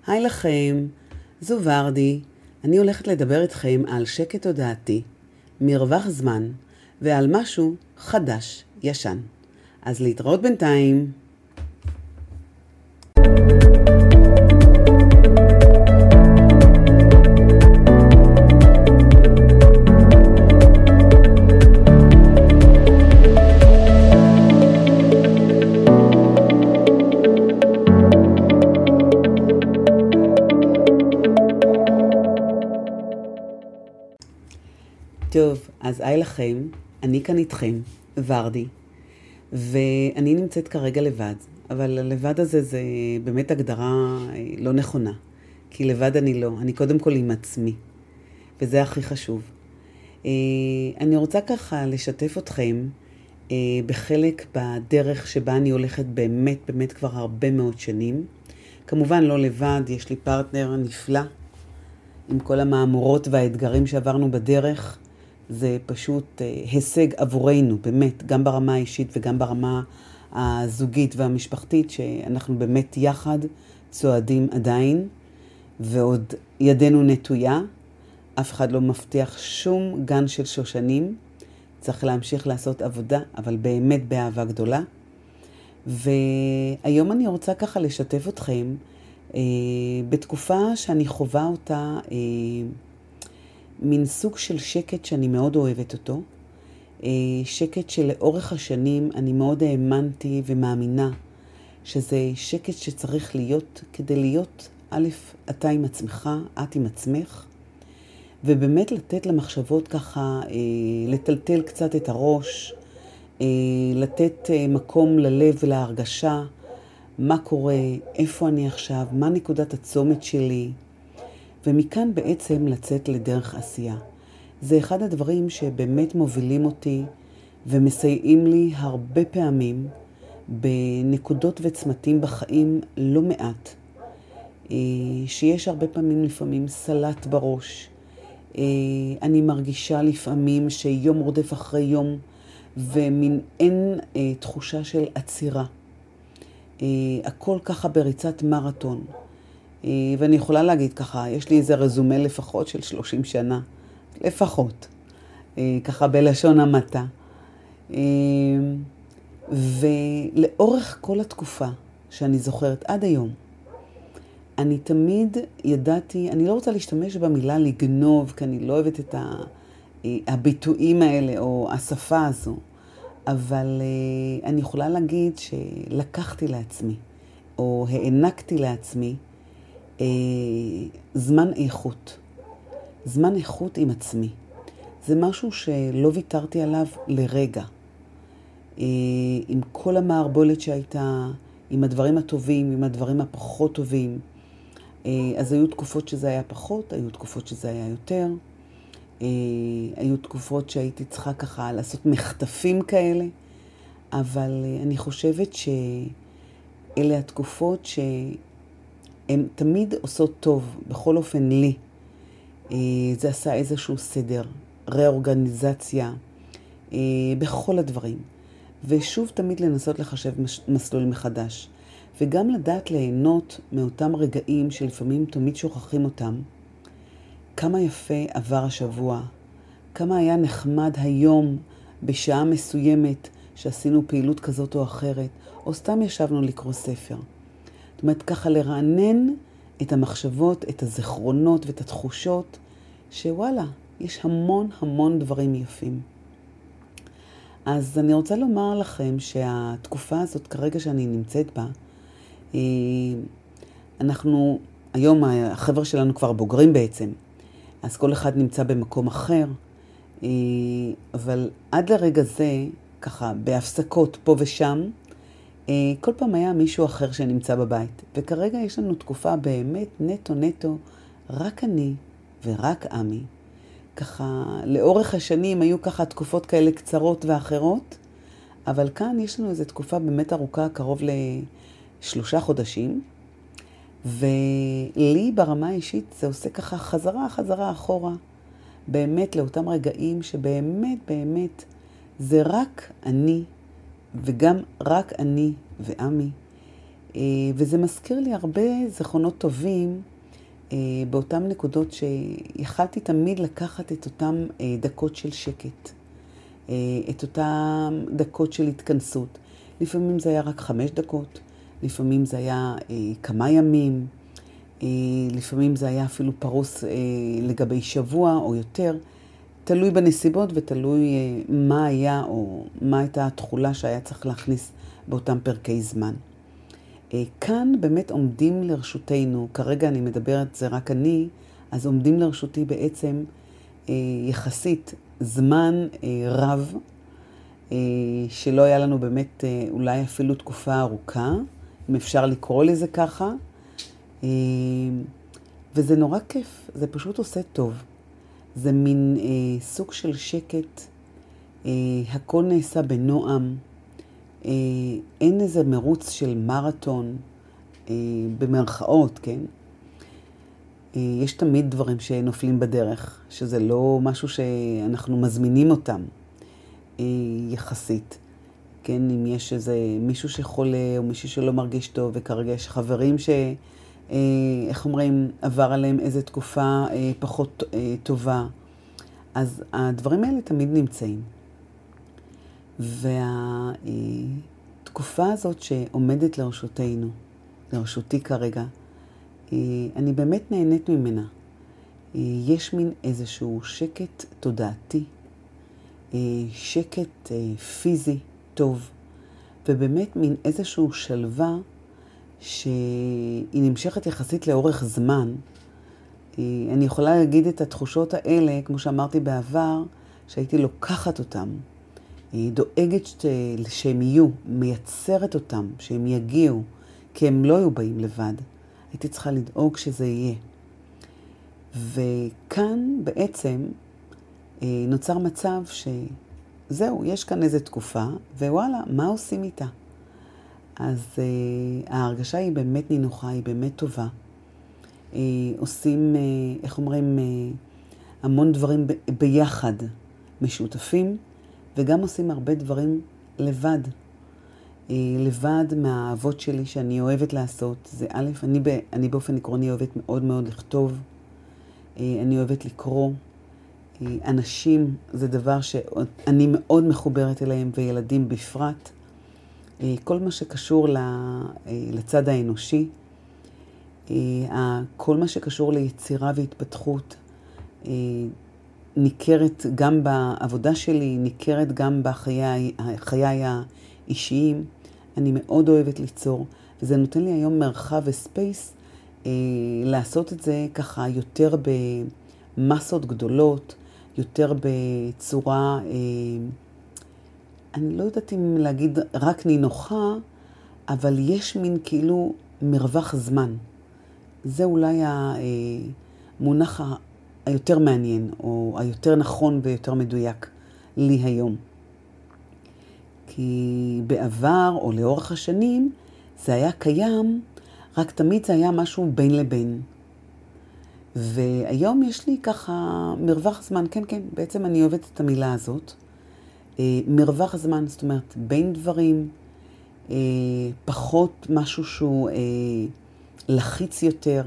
היי לכם, זו ורדי. אני הולכת לדבר איתכם על שקט תודעתי, מרווח זמן, ועל משהו חדש, ישן. אז להתראות בינתיים. טוב, אז היי לכם, אני כאן איתכם, ורדי, ואני נמצאת כרגע לבד, אבל הלבד הזה זה באמת הגדרה לא נכונה, כי לבד אני לא, אני קודם כל עם עצמי, וזה הכי חשוב. אני רוצה ככה לשתף אתכם בחלק בדרך שבה אני הולכת באמת כבר הרבה מאוד שנים. כמובן לא לבד, יש לי פרטנר נפלא, עם כל המאמורות והאתגרים שעברנו בדרך. זה פשוט הישג עבורנו, באמת, גם ברמה האישית וגם ברמה הזוגית והמשפחתית, שאנחנו באמת יחד צועדים עדיין, ועוד ידנו נטויה. אף אחד לא מבטיח שום גן של שושנים. צריך להמשיך לעשות עבודה, אבל באמת באהבה גדולה. והיום אני רוצה ככה לשתף אתכם בתקופה שאני חווה אותה, מין סוג של שקט שאני מאוד אוהבת אותו. שקט שלאורך השנים אני מאוד האמנתי ומאמינה שזה שקט שצריך להיות כדי להיות, א', אתה עם עצמך, את עם עצמך, ובאמת לתת למחשבות ככה, לטלטל קצת את הראש, לתת מקום ללב ולהרגשה, מה קורה, איפה אני עכשיו, מה נקודת הצומת שלי, ומכאן בעצם לצאת לדרך עשייה. זה אחד הדברים שבאמת מובילים אותי ומסייעים לי הרבה פעמים בנקודות וצמתים בחיים לא מעט. שיש הרבה פעמים לפעמים סלט בראש. אני מרגישה לפעמים שיום רודף אחרי יום ומין אין תחושה של עצירה. הכל ככה בריצת מרתון. ואני יכולה להגיד ככה, יש לי איזה רזומה לפחות של 30 שנה, לפחות, ככה בלשון המעטה. ולאורך כל התקופה שאני זוכרת עד היום, אני תמיד ידעתי, אני לא רוצה להשתמש במילה לגנוב, כי אני לא אוהבת את הביטויים האלה או השפה הזו, אבל אני יכולה להגיד שלקחתי לעצמי, או הענקתי לעצמי, זמן איכות. זמן איכות עם עצמי. זה משהו שלא ויתרתי עליו לרגע. עם כל המערבולת שהייתה, עם הדברים הטובים, עם הדברים הפחות טובים. אז היו תקופות שזה היה פחות, היו תקופות שזה היה יותר. היו תקופות שהייתי צריכה ככה לעשות מחטפים כאלה. אבל אני חושבת שאלה התקופות הן תמיד עושות טוב, בכל אופן לי. זה עשה איזשהו סדר, ראורגניזציה, בכל הדברים. ושוב תמיד לנסות לחשב מסלול מחדש. וגם לדעת ליהנות מאותם רגעים שלפעמים תמיד שוכחים אותם. כמה יפה עבר השבוע, כמה היה נחמד היום בשעה מסוימת שעשינו פעילות כזאת או אחרת, או סתם ישבנו לקרוא ספר. זאת אומרת, ככה לרענן את המחשבות, את הזיכרונות ואת התחושות, שוואלה, יש המון דברים יפים. אז אני רוצה לומר לכם שהתקופה הזאת, כרגע שאני נמצאת בה, אנחנו, היום החבר'ה שלנו כבר בוגרים בעצם, אז כל אחד נמצא במקום אחר, אבל עד לרגע זה, ככה, בהפסקות פה ושם, כל פעם היה מישהו אחר שנמצא בבית. וכרגע יש לנו תקופה באמת נטו, רק אני ורק עמי. ככה, לאורך השנים היו ככה תקופות כאלה קצרות ואחרות, אבל כאן יש לנו איזו תקופה באמת ארוכה, קרוב ל3 חודשים, ולי ברמה האישית זה עושה ככה חזרה אחורה, באמת לאותם רגעים שבאמת זה רק אני, וגם רק אני ועמי, וזה מזכיר לי הרבה זיכרונות טובים באותן נקודות שיכלתי תמיד לקחת את אותן דקות של שקט, את אותן דקות של התכנסות. לפעמים זה היה רק 5 דקות, לפעמים זה היה כמה ימים, לפעמים זה היה אפילו פרוס לגבי שבוע או יותר, תלוי בנסיבות ותלוי מה היה או מה הייתה התחולה שהיה צריך להכניס באותם פרקי זמן. כאן באמת עומדים לרשותנו, כרגע אני מדברת, זה רק אני, אז עומדים לרשותי בעצם יחסית זמן רב, שלא היה לנו באמת אולי אפילו תקופה ארוכה, אם אפשר לקרוא לזה ככה, וזה נורא כיף, זה פשוט עושה טוב. זה מין סוג של שקט, הכל נעשה בנועם, אין איזה מרוץ של מרתון, במרכאות, כן? יש תמיד דברים שנופלים בדרך, שזה לא משהו שאנחנו מזמינים אותם יחסית. כן, אם יש איזה מישהו שחולה או מישהו שלא מרגיש טוב, וכרגע יש חברים איך אומרים, עבר עליהם איזו תקופה פחות טובה, אז הדברים האלה תמיד נמצאים. והתקופה הזאת שעומדת לרשותנו, לרשותי כרגע, אני באמת נהנית ממנה. יש מין איזשהו שקט תודעתי, שקט פיזי טוב, ובאמת מין איזשהו שלווה שהיא נמשכת יחסית לאורך זמן. אני יכולה להגיד את התחושות האלה, כמו שאמרתי בעבר, שהייתי לוקחת אותם, דואגת שהם יהיו, מייצרת אותם, שהם יגיעו, כי הם לא היו באים לבד. הייתי צריכה לדאוג שזה יהיה. וכאן בעצם נוצר מצב שזהו, יש כאן איזו תקופה, ווואלה, מה עושים איתה? אז ההרגשה היא באמת נינוחה, היא באמת טובה. עושים, איך אומרים, המון דברים ביחד, משותפים, וגם עושים הרבה דברים לבד. לבד מהאהבות שלי שאני אוהבת לעשות. זה א', אני באופן עקרוני אוהבת מאוד מאוד לכתוב. אני אוהבת לקרוא. אנשים זה דבר שאני מאוד מחוברת אליהם, וילדים בפרט. כל מה שקשור לצד האנושי, כל מה שקשור ליצירה והתפתחות, ניכרת גם בעבודה שלי, ניכרת גם בחיי האישיים. אני מאוד אוהבת ליצור, וזה נותן לי היום מרחב וספייס לעשות את זה ככה יותר במסות גדולות, יותר בצורה, אני לא יודעת אם להגיד רק נינוחה, אבל יש מין כאילו מרווח זמן. זה אולי המונח היותר מעניין, או היותר נכון ויותר מדויק לי היום. כי בעבר או לאורך השנים זה היה קיים, רק תמיד זה היה משהו בין לבין. והיום יש לי ככה מרווח זמן, כן, בעצם אני אוהבת את המילה הזאת. מרווח זמן, זאת אומרת, בין דברים, פחות משהו שהוא לחיץ יותר,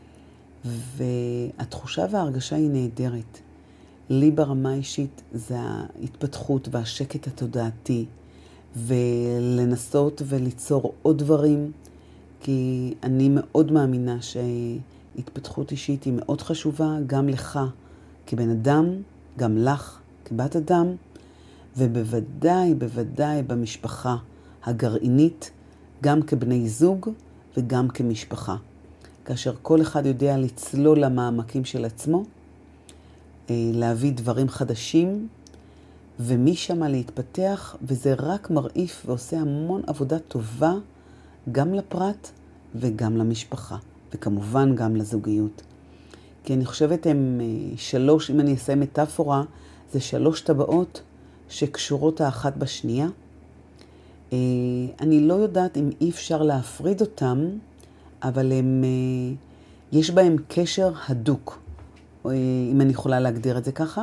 והתחושה וההרגשה היא נהדרת. לי ברמה אישית זה ההתפתחות והשקט התודעתי, ולנסות וליצור עוד דברים, כי אני מאוד מאמינה שהתפתחות אישית היא מאוד חשובה, גם לך כבן אדם, גם לך כבת אדם, ובוודאי, בוודאי במשפחה הגרעינית, גם כבני זוג וגם כמשפחה. כאשר כל אחד יודע לצלול למעמקים של עצמו, להביא דברים חדשים, ומשם להתפתח, וזה רק מרעיף ועושה המון עבודה טובה, גם לפרט וגם למשפחה, וכמובן גם לזוגיות. כי אני חושבת הם 3, אם אני אעשה מטאפורה, זה 3 טבעות שקשורות האחת בשנייה. אני לא יודעת אם אי אפשר להפריד אותם, אבל יש בהם קשר הדוק, אם אני יכולה להגדיר את זה ככה.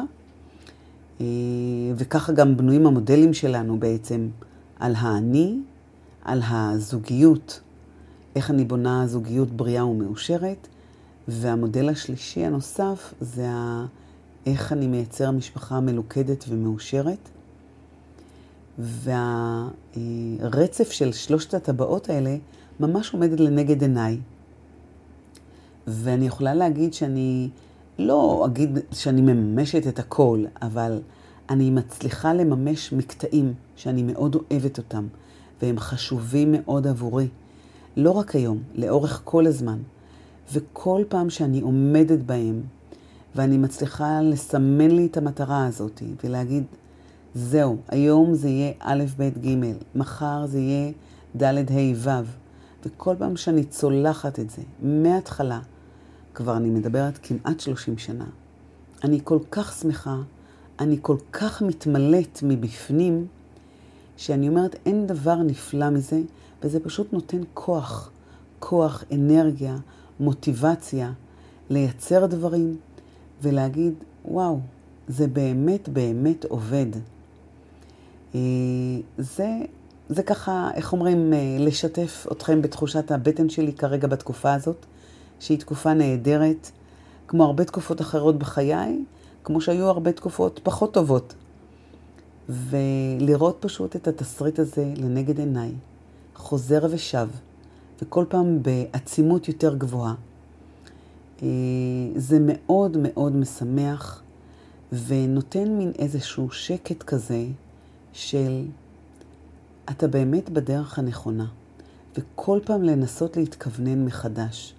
וככה גם בנויים המודלים שלנו בעצם, על האני, על הזוגיות איך אני בונה זוגיות בריאה ומאושרת. והמודל השלישי הנוסף זה איך אני מייצר משפחה מלוכדת ומאושרת. והרצף של שלושת הטבעות האלה ממש עומדת לנגד עיניי. ואני יכולה להגיד שאני לא אגיד שאני מממשת את הכל, אבל אני מצליחה לממש מקטעים שאני מאוד אוהבת אותם, והם חשובים מאוד עבורי. לא רק היום, לאורך כל הזמן. וכל פעם שאני עומדת בהם, ואני מצליחה לסמן לי את המטרה הזאת, ולהגיד, זהו, היום זה יהיה א', ב', ג', מחר זה יהיה ד', ה', ו', וכל פעם שאני צולחת את זה, מההתחלה, כבר אני מדברת כמעט 30 שנה, אני כל כך שמחה, אני כל כך מתמלאת מבפנים, שאני אומרת, אין דבר נפלא מזה, וזה פשוט נותן כוח, אנרגיה, מוטיבציה, לייצר דברים, ולהגיד, וואו, זה באמת באמת עובד. זה ככה, איך אומרים, לשתף אתכם בתחושת הבטן שלי כרגע בתקופה הזאת, שהיא תקופה נהדרת, כמו הרבה תקופות אחרות בחיי, כמו שהיו הרבה תקופות פחות טובות. ולראות פשוט את התסריט הזה לנגד עיניי, חוזר ושב, וכל פעם בעצימות יותר גבוהה. זה מאוד מאוד משמח, ונותן מין איזשהו שקט כזה, של אתה באמת בדרך הנכונה, וכל פעם לנסות להתכוונן מחדש.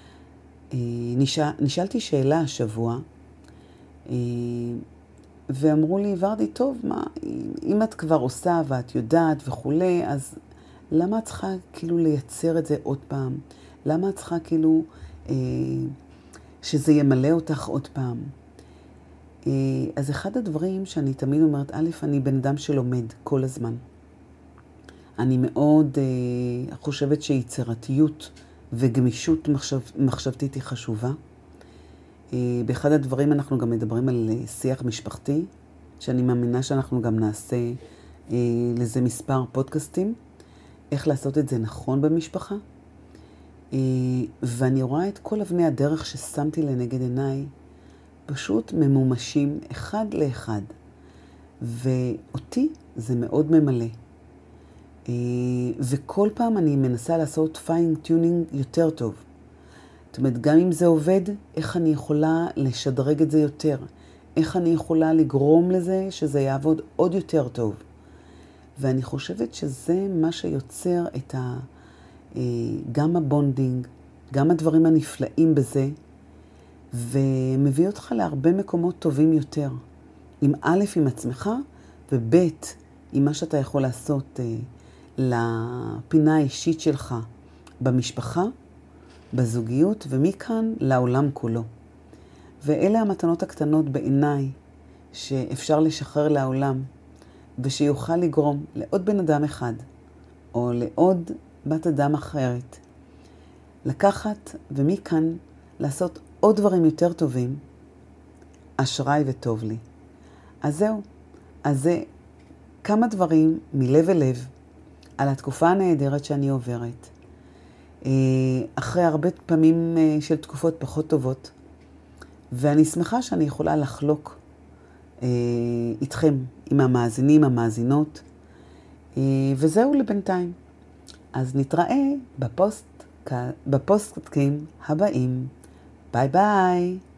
נשאלתי שאלה השבוע, ואמרו לי, ורדי, טוב, מה, אם את כבר עושה ואת יודעת וכולי, אז למה את צריכה כאילו לייצר את זה עוד פעם? למה את צריכה כאילו שזה ימלא אותך עוד פעם? אז אחד הדברים שאני תמיד אומרת, א', אני בן אדם שלומד כל הזמן. אני מאוד חושבת שיצירתיות וגמישות מחשבתית היא חשובה. באחד הדברים אנחנו גם מדברים על שיח משפחתי, שאני מאמינה שאנחנו גם נעשה לזה מספר פודקאסטים, איך לעשות את זה נכון במשפחה. ואני רואה את כל אבני הדרך ששמתי לנגד עיניי, פשוט ממומשים אחד לאחד. ואותי זה מאוד ממלא. וכל פעם אני מנסה לעשות פיין-טיונינג יותר טוב. זאת אומרת, גם אם זה עובד, איך אני יכולה לשדרג את זה יותר? איך אני יכולה לגרום לזה שזה יעבוד עוד יותר טוב? ואני חושבת שזה מה שיוצר את גם הבונדינג, גם הדברים הנפלאים בזה, ומביא אותך להרבה מקומות טובים יותר. עם א', עם עצמך, וב', עם מה שאתה יכול לעשות לפינה האישית שלך במשפחה, בזוגיות, ומכאן לעולם כולו. ואלה המתנות הקטנות בעיניי שאפשר לשחרר לעולם, ושיוכל לגרום לעוד בן אדם אחד, או לעוד בת אדם אחרת, לקחת ומכאן לעשות עוד דברים יותר טובים, אשראי וטוב לי. אז זהו, אז זה כמה דברים מלב אל לב על התקופה הנהדרת שאני עוברת. אחרי הרבה פעמים של תקופות פחות טובות, ואני שמחה שאני יכולה לחלוק איתכם, עם המאזינים, המאזינות, וזהו לבינתיים. אז נתראה בפוסטקאסטים הבאים. ביי ביי.